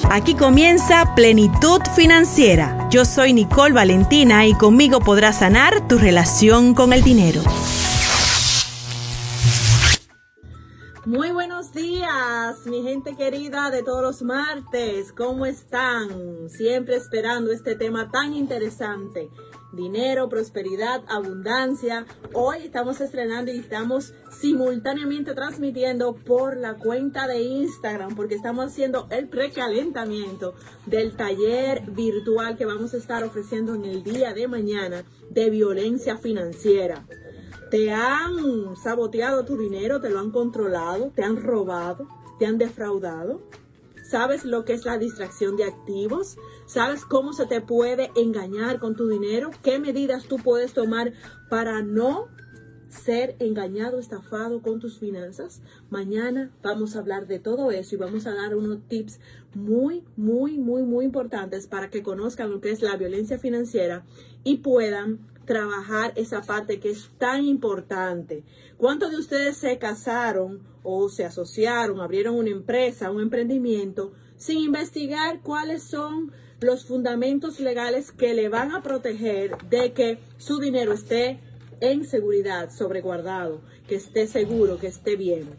Aquí comienza Plenitud Financiera. Yo soy Nicole Valentina y conmigo podrás sanar tu relación con el dinero. Muy buenos días, mi gente querida de todos los martes. ¿Cómo están? Siempre esperando este tema tan interesante. Dinero, prosperidad, abundancia. Hoy estamos estrenando y estamos simultáneamente transmitiendo por la cuenta de Instagram porque estamos haciendo el precalentamiento del taller virtual que vamos a estar ofreciendo en el día de mañana de violencia financiera. ¿Te han saboteado tu dinero? ¿Te lo han controlado? ¿Te han robado? ¿Te han defraudado? ¿Sabes lo que es la distracción de activos? ¿Sabes cómo se te puede engañar con tu dinero? ¿Qué medidas tú puedes tomar para no ser engañado, estafado con tus finanzas? Mañana vamos a hablar de todo eso y vamos a dar unos tips muy importantes para que conozcan lo que es la violencia financiera y puedan trabajar esa parte que es tan importante. ¿Cuántos de ustedes se casaron o se asociaron, abrieron una empresa, un emprendimiento, sin investigar cuáles son los fundamentos legales que le van a proteger de que su dinero esté en seguridad, sobreguardado, que esté seguro, que esté bien?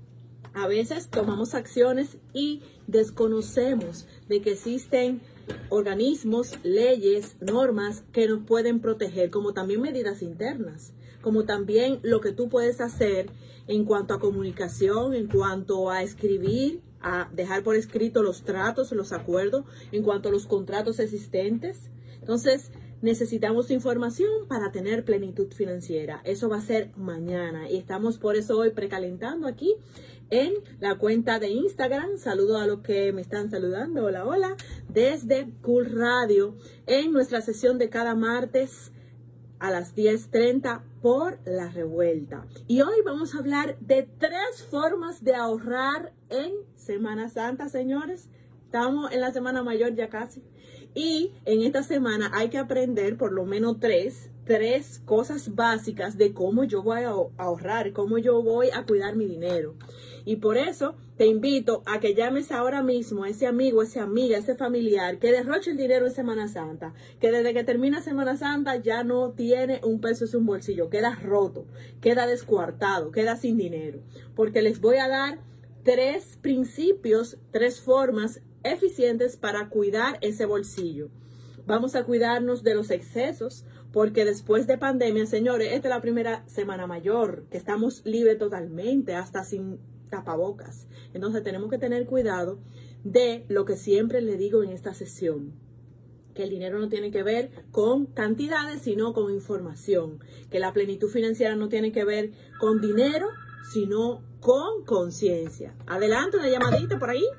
A veces tomamos acciones y desconocemos de que existen organismos, leyes, normas que nos pueden proteger, como también medidas internas, como también lo que tú puedes hacer en cuanto a comunicación, en cuanto a escribir, a dejar por escrito los tratos, los acuerdos, en cuanto a los contratos existentes. Entonces, necesitamos información para tener plenitud financiera. Eso va a ser mañana y estamos por eso hoy precalentando aquí en la cuenta de Instagram. Saludo a los que me están saludando. Hola, hola. Desde Cool Radio en nuestra sesión de cada martes a las 10:30 por La Revuelta. Y hoy vamos a hablar de 3 formas de ahorrar en Semana Santa, señores. Estamos en la Semana Mayor ya casi. Y en esta semana hay que aprender por lo menos tres cosas básicas de cómo yo voy a ahorrar, cómo yo voy a cuidar mi dinero. Y por eso te invito a que llames ahora mismo a ese amigo, esa amiga, ese familiar que derroche el dinero en Semana Santa, que desde que termina Semana Santa ya no tiene un peso en su bolsillo, queda roto, queda descuartado, queda sin dinero. Porque les voy a dar 3 principios, 3 formas eficientes para cuidar ese bolsillo. Vamos a cuidarnos de los excesos, porque después de pandemia, señores, esta es la primera Semana Mayor, que estamos libres totalmente, hasta sin tapabocas. Entonces tenemos que tener cuidado de lo que siempre le digo en esta sesión, que el dinero no tiene que ver con cantidades, sino con información, que la plenitud financiera no tiene que ver con dinero, sino con conciencia. Adelante, una llamadita por ahí.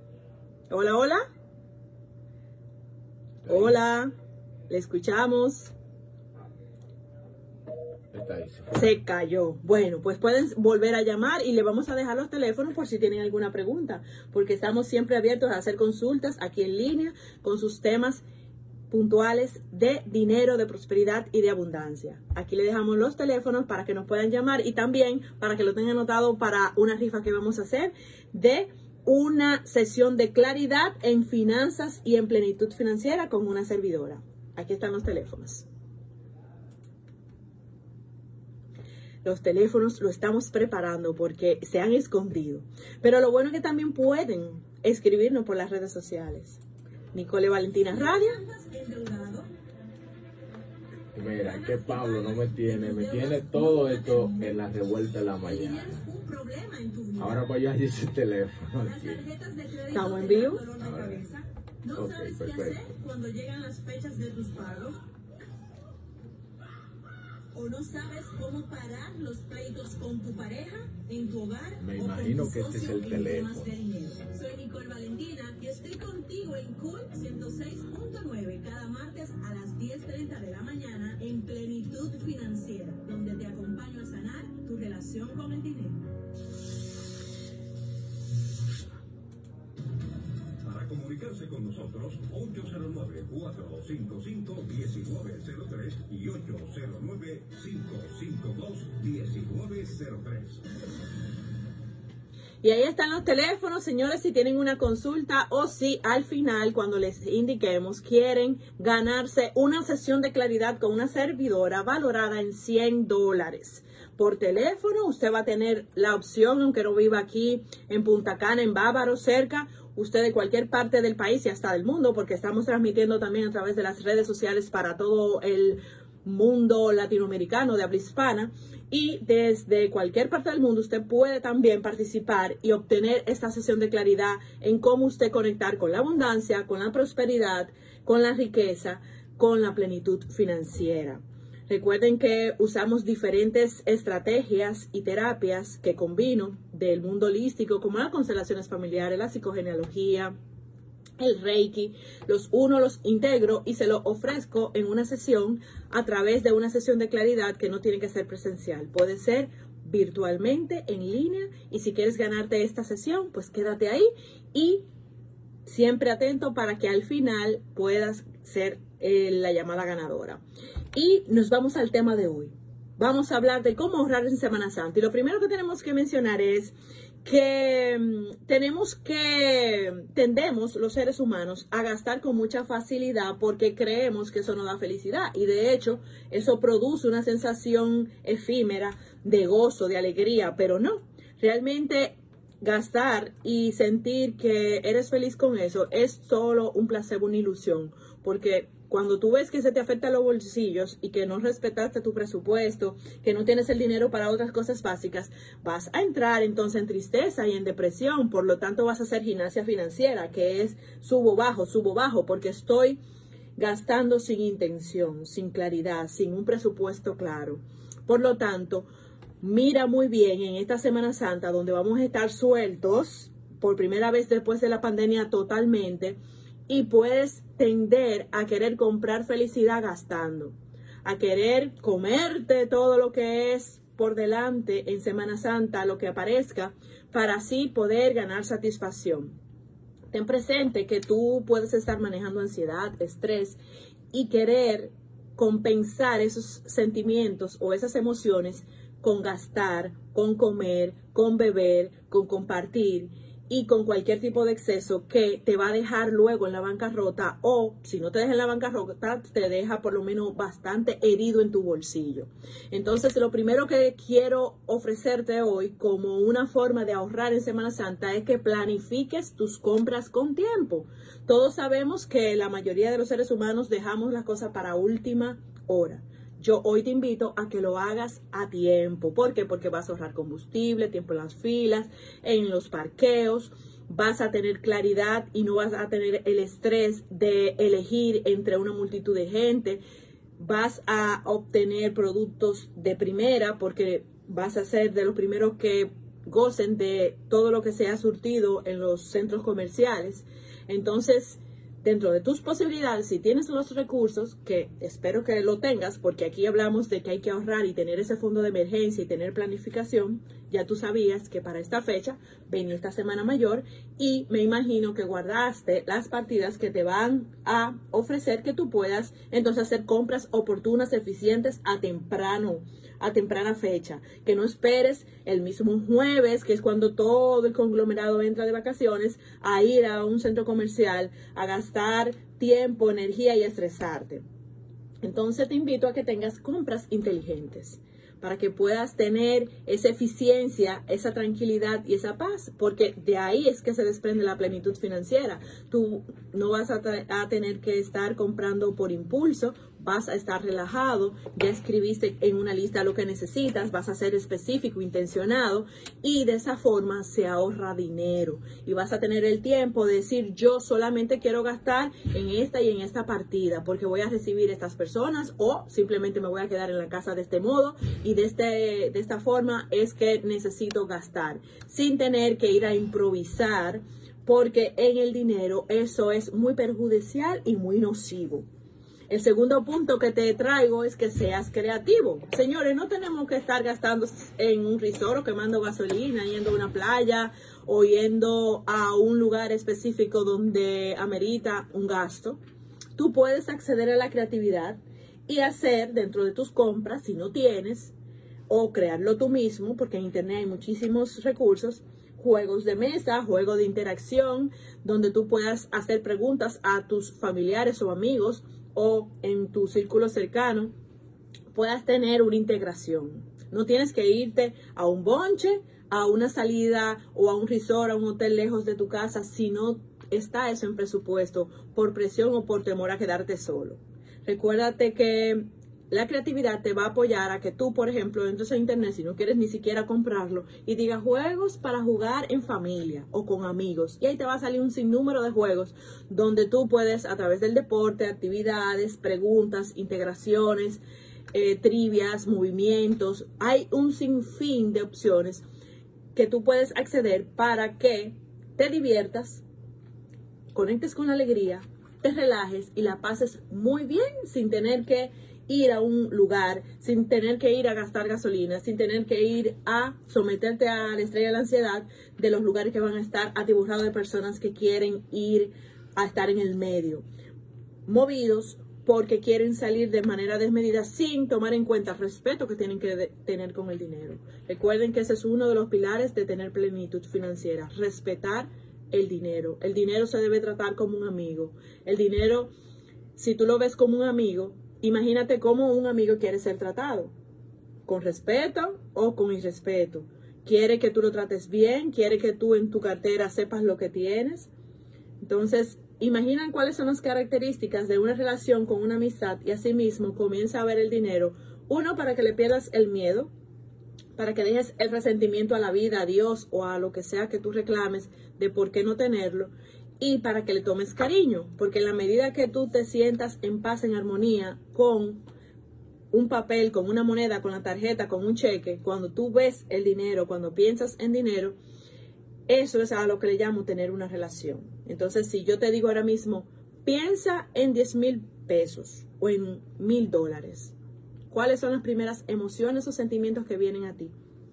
Hola, hola. Hola, le escuchamos. Se cayó. Bueno, pues pueden volver a llamar y le vamos a dejar los teléfonos por si tienen alguna pregunta, porque estamos siempre abiertos a hacer consultas aquí en línea con sus temas puntuales de dinero, de prosperidad y de abundancia. Aquí le dejamos los teléfonos para que nos puedan llamar y también para que lo tengan anotado para una rifa que vamos a hacer de una sesión de claridad en finanzas y en plenitud financiera con una servidora. Aquí están los teléfonos. Los teléfonos lo estamos preparando porque se han escondido. Pero lo bueno es que también pueden escribirnos por las redes sociales. Nicole Valentina Radio. Mira, que Pablo no me tiene todo esto en La Revuelta de la mañana. Ahora voy a ir ese teléfono aquí. ¿Estamos en vivo? Ok, perfecto. Cuando llegan las fechas de tus pagos, o no sabes cómo parar los pleitos con tu pareja, en tu hogar. Me imagino que este es el teléfono. Soy Nicole Valentina y estoy contigo en Cool 106.9 cada martes a las 10:30 de la mañana en Plenitud Financiera, donde te acompaño a sanar tu relación con el dinero. Para comunicarse con nosotros, 809-455-1903 y 809-552-1903. Y ahí están los teléfonos, señores, si tienen una consulta o si al final, cuando les indiquemos, quieren ganarse una sesión de claridad con una servidora valorada en $100. Por teléfono, usted va a tener la opción, aunque no viva aquí en Punta Cana, en Bávaro, cerca, usted de cualquier parte del país y hasta del mundo, porque estamos transmitiendo también a través de las redes sociales para todo el mundo latinoamericano de habla hispana. Y desde cualquier parte del mundo usted puede también participar y obtener esta sesión de claridad en cómo usted conectar con la abundancia, con la prosperidad, con la riqueza, con la plenitud financiera. Recuerden que usamos diferentes estrategias y terapias que combino del mundo holístico, como las constelaciones familiares, la psicogenealogía, el Reiki, los uno los integro y se lo ofrezco en una sesión a través de una sesión de claridad que no tiene que ser presencial. Puede ser virtualmente, en línea, y si quieres ganarte esta sesión, pues quédate ahí y siempre atento para que al final puedas ser la llamada ganadora. Y nos vamos al tema de hoy. Vamos a hablar de cómo ahorrar en Semana Santa. Y lo primero que tenemos que mencionar es que tendemos los seres humanos a gastar con mucha facilidad porque creemos que eso nos da felicidad, y de hecho eso produce una sensación efímera de gozo, de alegría, pero no, realmente gastar y sentir que eres feliz con eso es solo un placebo, una ilusión, porque cuando tú ves que se te afectan los bolsillos y que no respetaste tu presupuesto, que no tienes el dinero para otras cosas básicas, vas a entrar entonces en tristeza y en depresión. Por lo tanto, vas a hacer gimnasia financiera, que es subo, bajo, porque estoy gastando sin intención, sin claridad, sin un presupuesto claro. Por lo tanto, mira muy bien en esta Semana Santa, donde vamos a estar sueltos por primera vez después de la pandemia totalmente, y puedes tender a querer comprar felicidad gastando, a querer comerte todo lo que es por delante en Semana Santa, lo que aparezca, para así poder ganar satisfacción. Ten presente que tú puedes estar manejando ansiedad, estrés y querer compensar esos sentimientos o esas emociones con gastar, con comer, con beber, con compartir y con cualquier tipo de exceso que te va a dejar luego en la bancarrota, o si no te deja en la bancarrota, te deja por lo menos bastante herido en tu bolsillo. Entonces, lo primero que quiero ofrecerte hoy como una forma de ahorrar en Semana Santa es que planifiques tus compras con tiempo. Todos sabemos que la mayoría de los seres humanos dejamos las cosas para última hora. Yo hoy te invito a que lo hagas a tiempo. ¿Por qué? Porque vas a ahorrar combustible, tiempo en las filas, en los parqueos, vas a tener claridad y no vas a tener el estrés de elegir entre una multitud de gente. Vas a obtener productos de primera porque vas a ser de los primeros que gocen de todo lo que se ha surtido en los centros comerciales. Entonces, dentro de tus posibilidades, si tienes los recursos, que espero que lo tengas, porque aquí hablamos de que hay que ahorrar y tener ese fondo de emergencia y tener planificación, ya tú sabías que para esta fecha venía esta Semana Mayor y me imagino que guardaste las partidas que te van a ofrecer que tú puedas entonces hacer compras oportunas, eficientes a temprana fecha, que no esperes el mismo jueves, que es cuando todo el conglomerado entra de vacaciones, a ir a un centro comercial, a gastar tiempo, energía y estresarte. Entonces te invito a que tengas compras inteligentes para que puedas tener esa eficiencia, esa tranquilidad y esa paz, porque de ahí es que se desprende la plenitud financiera. Tú no vas a tener que estar comprando por impulso, vas a estar relajado, ya escribiste en una lista lo que necesitas, vas a ser específico, intencionado, y de esa forma se ahorra dinero y vas a tener el tiempo de decir: yo solamente quiero gastar en esta y en esta partida porque voy a recibir estas personas, o simplemente me voy a quedar en la casa de este modo y de esta forma es que necesito gastar, sin tener que ir a improvisar, porque en el dinero eso es muy perjudicial y muy nocivo. El segundo punto que te traigo es que seas creativo. Señores, no tenemos que estar gastando en un resort o quemando gasolina, yendo a una playa o yendo a un lugar específico donde amerita un gasto. Tú puedes acceder a la creatividad y hacer dentro de tus compras, si no tienes, o crearlo tú mismo, porque en internet hay muchísimos recursos, juegos de mesa, juegos de interacción, donde tú puedas hacer preguntas a tus familiares o amigos o en tu círculo cercano, puedas tener una integración. No tienes que irte a un bonche, a una salida o a un resort, a un hotel lejos de tu casa, si no está eso en presupuesto, por presión o por temor a quedarte solo. Recuérdate que la creatividad te va a apoyar a que tú, por ejemplo, entres a internet, si no quieres ni siquiera comprarlo, y digas juegos para jugar en familia o con amigos. Y ahí te va a salir un sinnúmero de juegos donde tú puedes, a través del deporte, actividades, preguntas, integraciones, trivias, movimientos, hay un sinfín de opciones que tú puedes acceder para que te diviertas, conectes con alegría, te relajes y la pases muy bien sin tener que ir a un lugar, sin tener que ir a gastar gasolina, sin tener que ir a someterte al estrés y a la ansiedad de los lugares que van a estar atiborrados de personas que quieren ir a estar en el medio, movidos porque quieren salir de manera desmedida sin tomar en cuenta el respeto que tienen que tener con el dinero. Recuerden que ese es uno de los pilares de tener plenitud financiera, respetar el dinero. El dinero se debe tratar como un amigo. El dinero, si tú lo ves como un amigo, imagínate cómo un amigo quiere ser tratado, con respeto o con irrespeto. Quiere que tú lo trates bien, quiere que tú en tu cartera sepas lo que tienes. Entonces, imaginan cuáles son las características de una relación con una amistad y asimismo comienza a ver el dinero. Uno, para que le pierdas el miedo, para que dejes el resentimiento a la vida, a Dios o a lo que sea que tú reclames de por qué no tenerlo. Y para que le tomes cariño, porque en la medida que tú te sientas en paz, en armonía con un papel, con una moneda, con la tarjeta, con un cheque, cuando tú ves el dinero, cuando piensas en dinero, eso es a lo que le llamo tener una relación. Entonces, si yo te digo ahora mismo, piensa en 10,000 pesos o en $1,000, ¿cuáles son las primeras emociones o sentimientos que vienen a ti?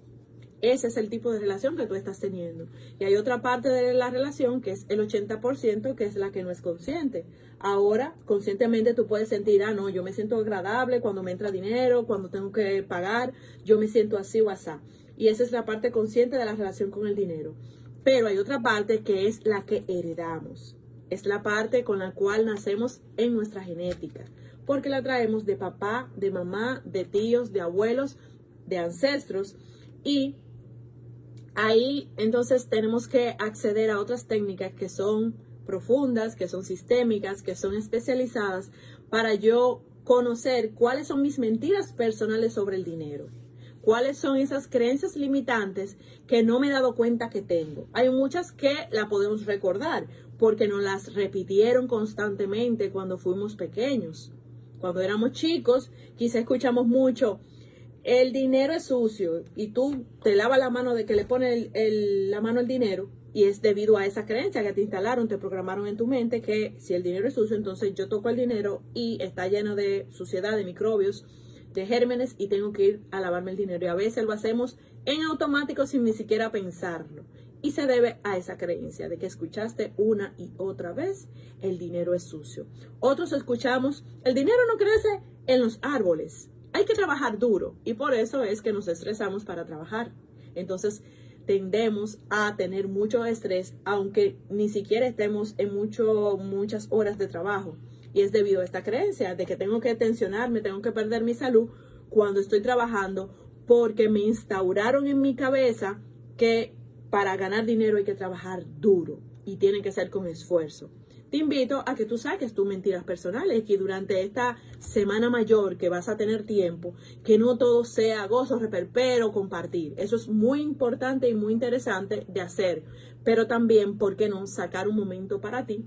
Ese es el tipo de relación que tú estás teniendo. Y hay otra parte de la relación que es el 80%, que es la que no es consciente. Ahora, conscientemente tú puedes sentir, no, yo me siento agradable cuando me entra dinero, cuando tengo que pagar, yo me siento así o asá. Y esa es la parte consciente de la relación con el dinero. Pero hay otra parte que es la que heredamos. Es la parte con la cual nacemos en nuestra genética. Porque la traemos de papá, de mamá, de tíos, de abuelos, de ancestros. Y ahí entonces tenemos que acceder a otras técnicas que son profundas, que son sistémicas, que son especializadas para yo conocer cuáles son mis mentiras personales sobre el dinero. ¿Cuáles son esas creencias limitantes que no me he dado cuenta que tengo? Hay muchas que la podemos recordar porque nos las repitieron constantemente cuando fuimos pequeños. Cuando éramos chicos, quizá escuchamos mucho, el dinero es sucio y tú te lavas la mano de que le pones la mano al dinero y es debido a esa creencia que te instalaron, te programaron en tu mente que si el dinero es sucio, entonces yo toco el dinero y está lleno de suciedad, de microbios, de gérmenes y tengo que ir a lavarme el dinero. Y a veces lo hacemos en automático sin ni siquiera pensarlo. Y se debe a esa creencia de que escuchaste una y otra vez, el dinero es sucio. Otros escuchamos, el dinero no crece en los árboles, hay que trabajar duro. Y por eso es que nos estresamos para trabajar. Entonces tendemos a tener mucho estrés, aunque ni siquiera estemos en muchas horas de trabajo. Y es debido a esta creencia de que tengo que tensionarme, tengo que perder mi salud cuando estoy trabajando, porque me instauraron en mi cabeza que para ganar dinero hay que trabajar duro y tiene que ser con esfuerzo. Te invito a que tú saques tus mentiras personales, que durante esta semana mayor que vas a tener tiempo, que no todo sea gozo, reperpero, compartir. Eso es muy importante y muy interesante de hacer, pero también, ¿por qué no sacar un momento para ti?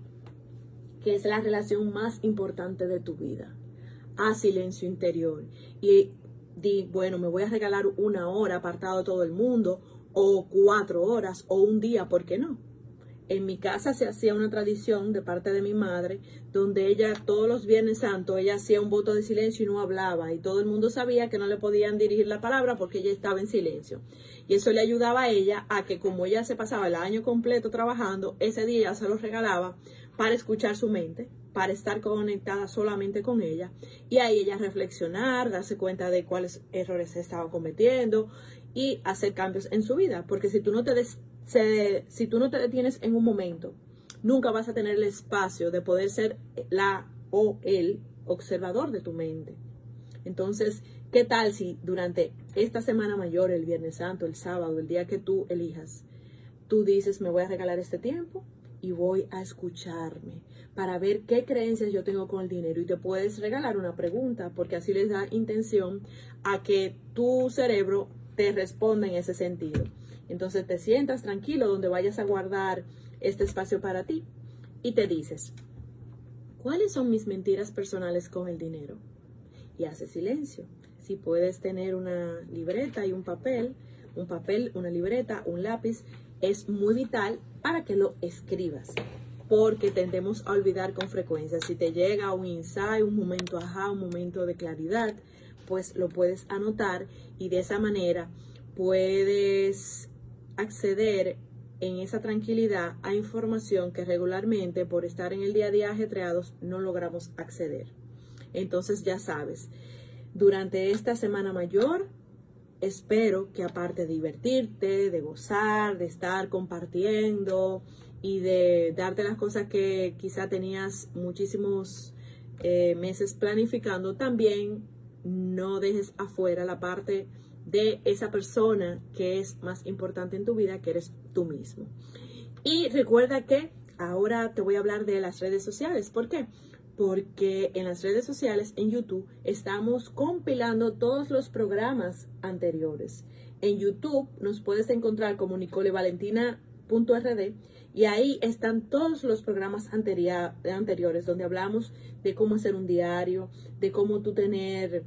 Que es la relación más importante de tu vida. Haz silencio interior y di, bueno, me voy a regalar 1 hora apartado de todo el mundo, o 4 horas, o un día, ¿por qué no? En mi casa se hacía una tradición de parte de mi madre, donde ella todos los Viernes Santos, ella hacía un voto de silencio y no hablaba, y todo el mundo sabía que no le podían dirigir la palabra porque ella estaba en silencio. Y eso le ayudaba a ella a que, como ella se pasaba el año completo trabajando, ese día se lo regalaba para escuchar su mente, para estar conectada solamente con ella, y ahí ella reflexionar, darse cuenta de cuáles errores se estaba cometiendo y hacer cambios en su vida. Porque si tú no te si tú no te detienes en un momento, nunca vas a tener el espacio de poder ser la o el observador de tu mente. Entonces, ¿qué tal si durante esta semana mayor, el Viernes Santo, el sábado, el día que tú elijas, tú dices, me voy a regalar este tiempo y voy a escucharme para ver qué creencias yo tengo con el dinero? Y te puedes regalar una pregunta, porque así les da intención a que tu cerebro te responda en ese sentido. Entonces te sientas tranquilo donde vayas a guardar este espacio para ti y te dices, ¿cuáles son mis mentiras personales con el dinero? Y haces silencio. Si puedes tener una libreta y un papel, una libreta, un lápiz, es muy vital para que lo escribas, porque tendemos a olvidar con frecuencia. Si te llega un insight, un momento ajá, un momento de claridad, pues lo puedes anotar y de esa manera puedes acceder en esa tranquilidad a información que regularmente por estar en el día a día ajetreados no logramos acceder. Entonces ya sabes, durante esta semana mayor, espero que aparte de divertirte, de gozar, de estar compartiendo y de darte las cosas que quizá tenías muchísimos meses planificando, también no dejes afuera la parte de esa persona que es más importante en tu vida, que eres tú mismo. Y recuerda que ahora te voy a hablar de las redes sociales. ¿Por qué? Porque en las redes sociales, en YouTube, estamos compilando todos los programas anteriores. En YouTube nos puedes encontrar como nicolevalentina.rd y ahí están todos los programas anteriores donde hablamos de cómo hacer un diario, de cómo tú tener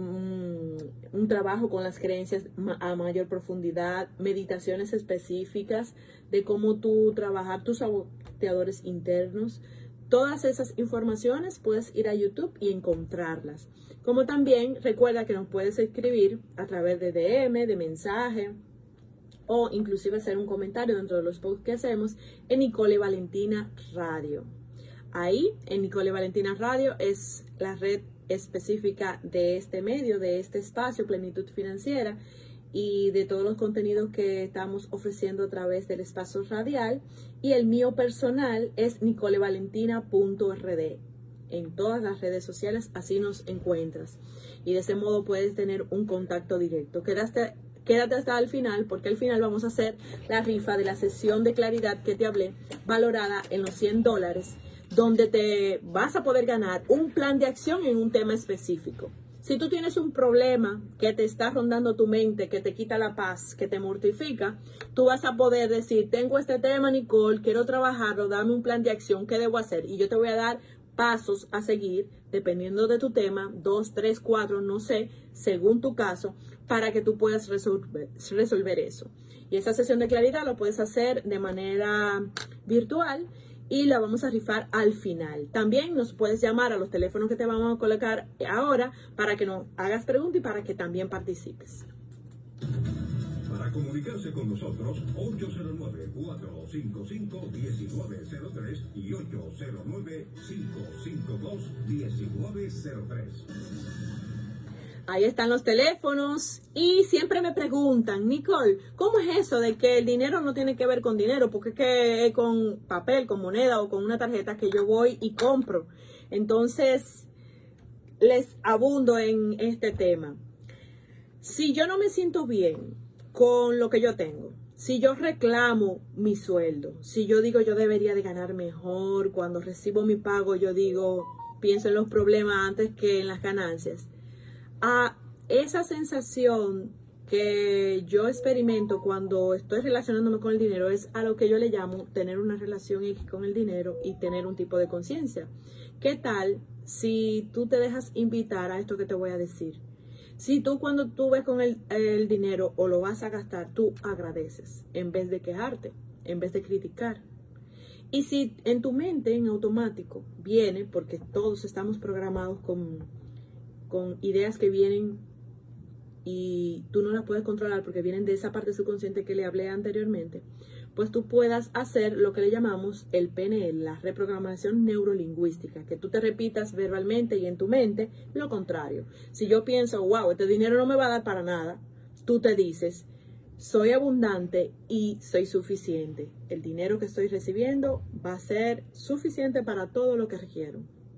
un trabajo con las creencias a mayor profundidad, meditaciones específicas, de cómo tú trabajar tus saboteadores internos. Todas esas informaciones puedes ir a YouTube y encontrarlas. Como también recuerda que nos puedes escribir a través de DM, de mensaje, o inclusive hacer un comentario dentro de los posts que hacemos en Nicole Valentina Radio. Ahí, en Nicole Valentina Radio, es la red específica de este medio, de este espacio, Plenitud Financiera, y de todos los contenidos que estamos ofreciendo a través del espacio radial. Y el mío personal es nicolevalentina.rd. En todas las redes sociales así nos encuentras. Y de ese modo puedes tener un contacto directo. Quédate hasta el final, porque al final vamos a hacer la rifa de la sesión de claridad que te hablé, valorada en los $100, donde te vas a poder ganar un plan de acción en un tema específico. Si tú tienes un problema que te está rondando tu mente, que te quita la paz, que te mortifica, tú vas a poder decir, tengo este tema, Nicole, quiero trabajarlo, dame un plan de acción, ¿qué debo hacer? Y yo te voy a dar pasos a seguir, dependiendo de tu tema, 2, 3, 4, no sé, según tu caso, para que tú puedas resolver eso. Y esa sesión de claridad lo puedes hacer de manera virtual y la vamos a rifar al final. También nos puedes llamar a los teléfonos que te vamos a colocar ahora para que nos hagas preguntas y para que también participes. Para comunicarse con nosotros, 809-455-1903 y 809-552-1903. Ahí están los teléfonos y siempre me preguntan, Nicole, ¿cómo es eso de que el dinero no tiene que ver con dinero? Porque es que es con papel, con moneda o con una tarjeta que yo voy y compro. Entonces, les abundo en este tema. Si yo no me siento bien con lo que yo tengo, si yo reclamo mi sueldo, si yo digo yo debería de ganar mejor, cuando recibo mi pago yo digo, pienso en los problemas antes que en las ganancias, a esa sensación que yo experimento cuando estoy relacionándome con el dinero es a lo que yo le llamo tener una relación con el dinero y tener un tipo de conciencia. ¿Qué tal si tú te dejas invitar a esto que te voy a decir? Si tú cuando tú ves con el dinero o lo vas a gastar, tú agradeces en vez de quejarte, en vez de criticar. Y si en tu mente en automático viene, porque todos estamos programados con ideas que vienen y tú no las puedes controlar porque vienen de esa parte subconsciente que le hablé anteriormente, pues tú puedas hacer lo que le llamamos el PNL, la reprogramación neurolingüística, que tú te repitas verbalmente y en tu mente lo contrario. Si yo pienso, wow, este dinero no me va a dar para nada, tú te dices, soy abundante y soy suficiente. El dinero que estoy recibiendo va a ser suficiente para todo lo que requiero.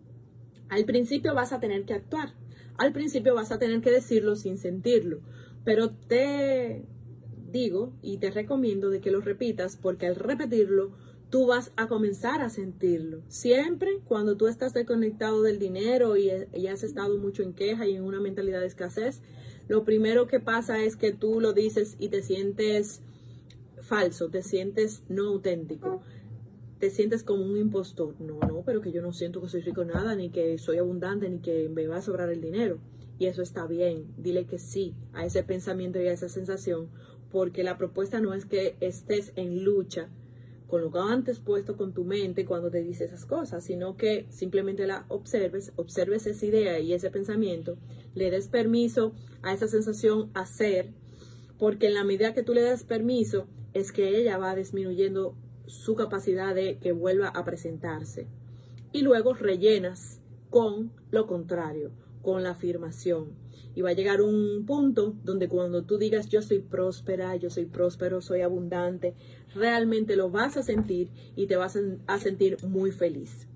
Al principio vas a tener que actuar. Al principio vas a tener que decirlo sin sentirlo. Pero te digo y te recomiendo de que lo repitas, porque al repetirlo, tú vas a comenzar a sentirlo. Siempre cuando tú estás desconectado del dinero y has estado mucho en queja y en una mentalidad de escasez, lo primero que pasa es que tú lo dices y te sientes falso, te sientes no auténtico, te sientes como un impostor. No, pero que yo no siento que soy rico nada, ni que soy abundante, ni que me va a sobrar el dinero. Y eso está bien. Dile que sí a ese pensamiento y a esa sensación, porque la propuesta no es que estés en lucha con lo que antes puesto con tu mente cuando te dice esas cosas, sino que simplemente la observes esa idea y ese pensamiento, le des permiso a esa sensación a ser, porque en la medida que tú le das permiso es que ella va disminuyendo su capacidad de que vuelva a presentarse. Y luego rellenas con lo contrario, con la afirmación. Y va a llegar un punto donde cuando tú digas yo soy próspera, yo soy próspero, soy abundante, realmente lo vas a sentir y te vas a sentir muy feliz.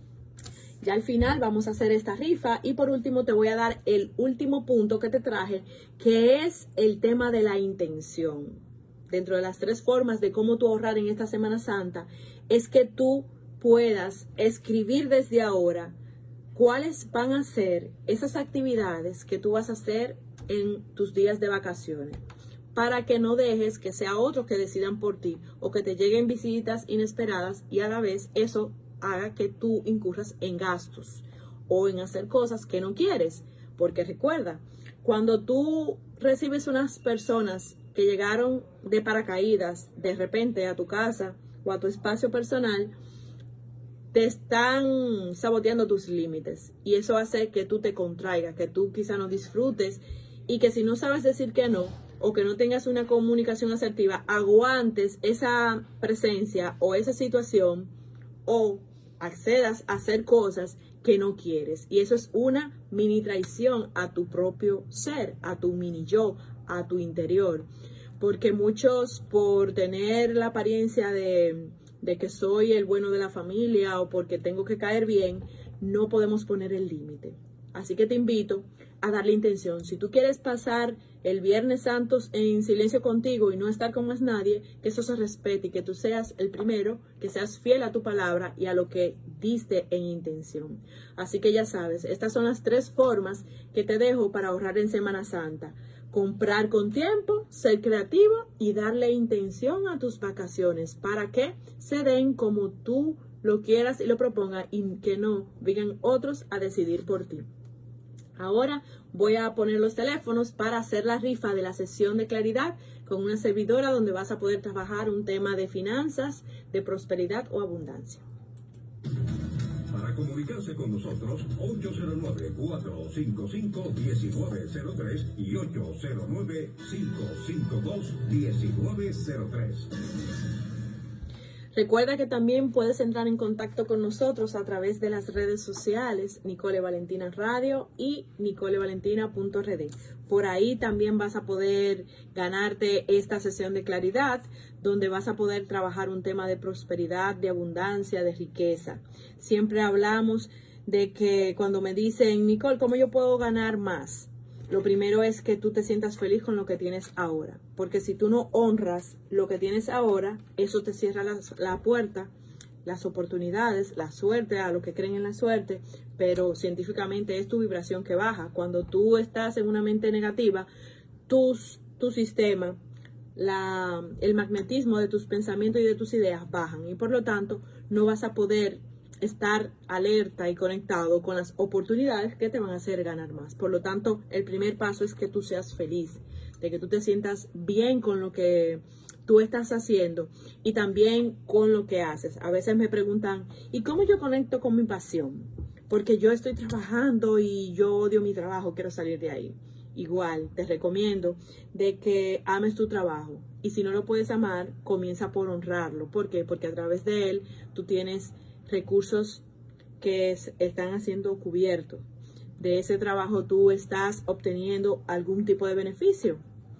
Ya al final vamos a hacer esta rifa y por último te voy a dar el último punto que te traje, que es el tema de la intención. Dentro de las 3 formas de cómo tú ahorrar en esta Semana Santa, es que tú puedas escribir desde ahora cuáles van a ser esas actividades que tú vas a hacer en tus días de vacaciones, para que no dejes que sea otros que decidan por ti o que te lleguen visitas inesperadas y a la vez eso haga que tú incurras en gastos o en hacer cosas que no quieres. Porque recuerda, cuando tú recibes unas personas que llegaron de paracaídas de repente a tu casa o a tu espacio personal, te están saboteando tus límites y eso hace que tú te contraigas, que tú quizá no disfrutes y que si no sabes decir que no o que no tengas una comunicación asertiva, aguantes esa presencia o esa situación o accedas a hacer cosas que no quieres. Y eso es una mini traición a tu propio ser, a tu mini yo, a tu interior. Porque muchos, por tener la apariencia de que soy el bueno de la familia o porque tengo que caer bien, no podemos poner el límite. Así que te invito a darle intención. Si tú quieres pasar el Viernes Santo en silencio contigo y no estar con más nadie, que eso se respete y que tú seas el primero, que seas fiel a tu palabra y a lo que diste en intención. Así que ya sabes, estas son las 3 formas que te dejo para ahorrar en Semana Santa. Comprar con tiempo, ser creativo y darle intención a tus vacaciones para que se den como tú lo quieras y lo propongas y que no vengan otros a decidir por ti. Ahora voy a poner los teléfonos para hacer la rifa de la sesión de claridad con una servidora donde vas a poder trabajar un tema de finanzas, de prosperidad o abundancia. Para comunicarse con nosotros, 809-455-1903 y 809-552-1903. Recuerda que también puedes entrar en contacto con nosotros a través de las redes sociales Nicole Valentina Radio y nicolevalentina.rd. Por ahí también vas a poder ganarte esta sesión de claridad, donde vas a poder trabajar un tema de prosperidad, de abundancia, de riqueza. Siempre hablamos de que cuando me dicen, Nicole, ¿cómo yo puedo ganar más? Lo primero es que tú te sientas feliz con lo que tienes ahora, porque si tú no honras lo que tienes ahora, eso te cierra la puerta, las oportunidades, la suerte, a los que creen en la suerte, pero científicamente es tu vibración que baja. Cuando tú estás en una mente negativa, tu sistema, el magnetismo de tus pensamientos y de tus ideas bajan y por lo tanto no vas a poder estar alerta y conectado con las oportunidades que te van a hacer ganar más. Por lo tanto, el primer paso es que tú seas feliz, de que tú te sientas bien con lo que tú estás haciendo y también con lo que haces. A veces me preguntan, ¿y cómo yo conecto con mi pasión? Porque yo estoy trabajando y yo odio mi trabajo, quiero salir de ahí. Igual, te recomiendo de que ames tu trabajo. Y si no lo puedes amar, comienza por honrarlo. ¿Por qué? Porque a través de él tú tienes recursos que están siendo cubiertos. De ese trabajo tú estás obteniendo algún tipo de beneficio.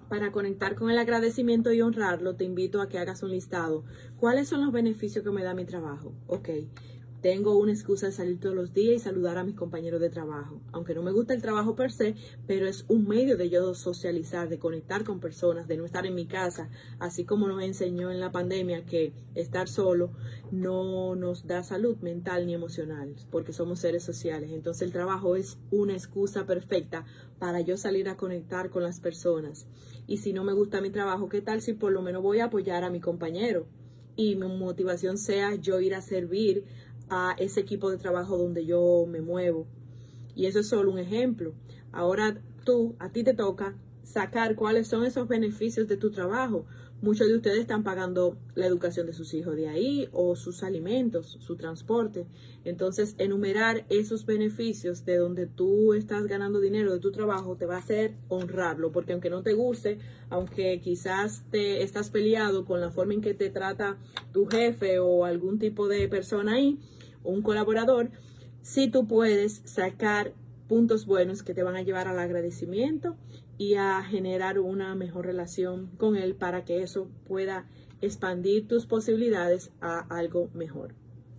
para conectar con el agradecimiento y honrarlo, te invito a que hagas un listado. ¿Cuáles son los beneficios que me da mi trabajo? Ok, tengo una excusa de salir todos los días y saludar a mis compañeros de trabajo. Aunque no me gusta el trabajo per se, pero es un medio de yo socializar, de conectar con personas, de no estar en mi casa. Así como nos enseñó en la pandemia que estar solo no nos da salud mental ni emocional, porque somos seres sociales. Entonces el trabajo es una excusa perfecta para yo salir a conectar con las personas. Y si no me gusta mi trabajo, ¿qué tal si por lo menos voy a apoyar a mi compañero? Y mi motivación sea yo ir a servir a ese equipo de trabajo donde yo me muevo. Y eso es solo un ejemplo. Ahora a ti te toca sacar cuáles son esos beneficios de tu trabajo. Muchos de ustedes están pagando la educación de sus hijos de ahí, o sus alimentos, su transporte. Entonces, enumerar esos beneficios de donde tú estás ganando dinero de tu trabajo te va a hacer honrarlo, porque aunque no te guste, aunque quizás te estás peleado con la forma en que te trata tu jefe o algún tipo de persona ahí, o un colaborador, sí tú puedes sacar puntos buenos que te van a llevar al agradecimiento y a generar una mejor relación con él para que eso pueda expandir tus posibilidades a algo mejor.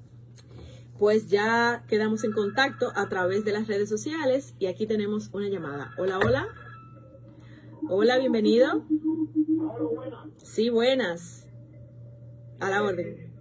Pues ya quedamos en contacto a través de las redes sociales y aquí tenemos una llamada. Hola, hola. Hola, bienvenido. Sí, buenas. A la orden.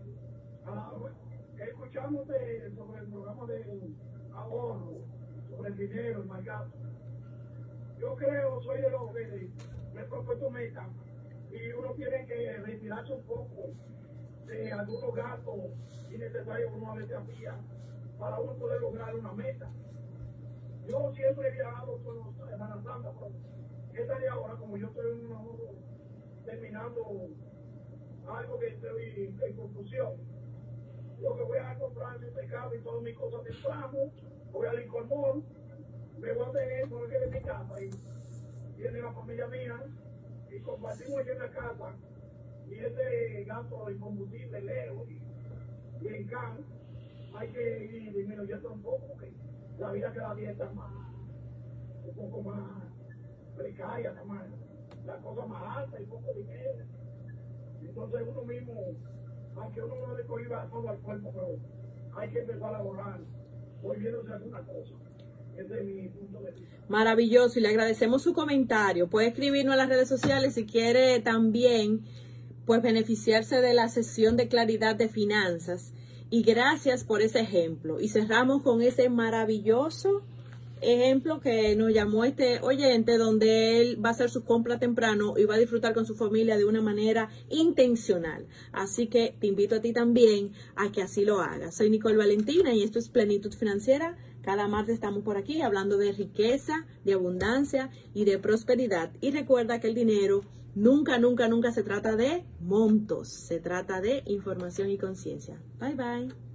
Escuchamos sobre el programa de ahorro, sobre el dinero, el mercado. Yo creo, soy de los que me he propuesto meta y uno tiene que retirarse un poco de algunos gastos innecesarios que uno a veces hacía para uno poder lograr una meta. Yo siempre he viajado por los Semana Santa, pero esta de ahora, como yo estoy en un ahorro terminando algo que estoy en conclusión, lo que voy a comprar es este carro y todas mis cosas temprano, voy a Lincoln Mall, me voy a tener por que de mi casa y viene la familia mía y compartimos aquí en la casa y ese gasto de combustible lejos y en can hay que ir disminuyendo un poco porque la vida cada día está más, un poco más precaria, está más, la cosa más alta y poco dinero. Entonces uno mismo, aunque uno no le cohiba todo al cuerpo, pero hay que empezar a ahorrar, volviéndose a alguna cosa. Ese es mi punto de vista. Maravilloso, y le agradecemos su comentario. Puede escribirnos en las redes sociales si quiere también pues beneficiarse de la sesión de claridad de finanzas. Y gracias por ese ejemplo. Y cerramos con ese maravilloso ejemplo que nos llamó este oyente, donde él va a hacer su compra temprano y va a disfrutar con su familia de una manera intencional. Así que te invito a ti también a que así lo hagas. Soy Nicole Valentina y esto es Plenitud Financiera. Cada martes estamos por aquí hablando de riqueza, de abundancia y de prosperidad. Y recuerda que el dinero nunca, nunca, nunca se trata de montos. Se trata de información y conciencia. Bye, bye.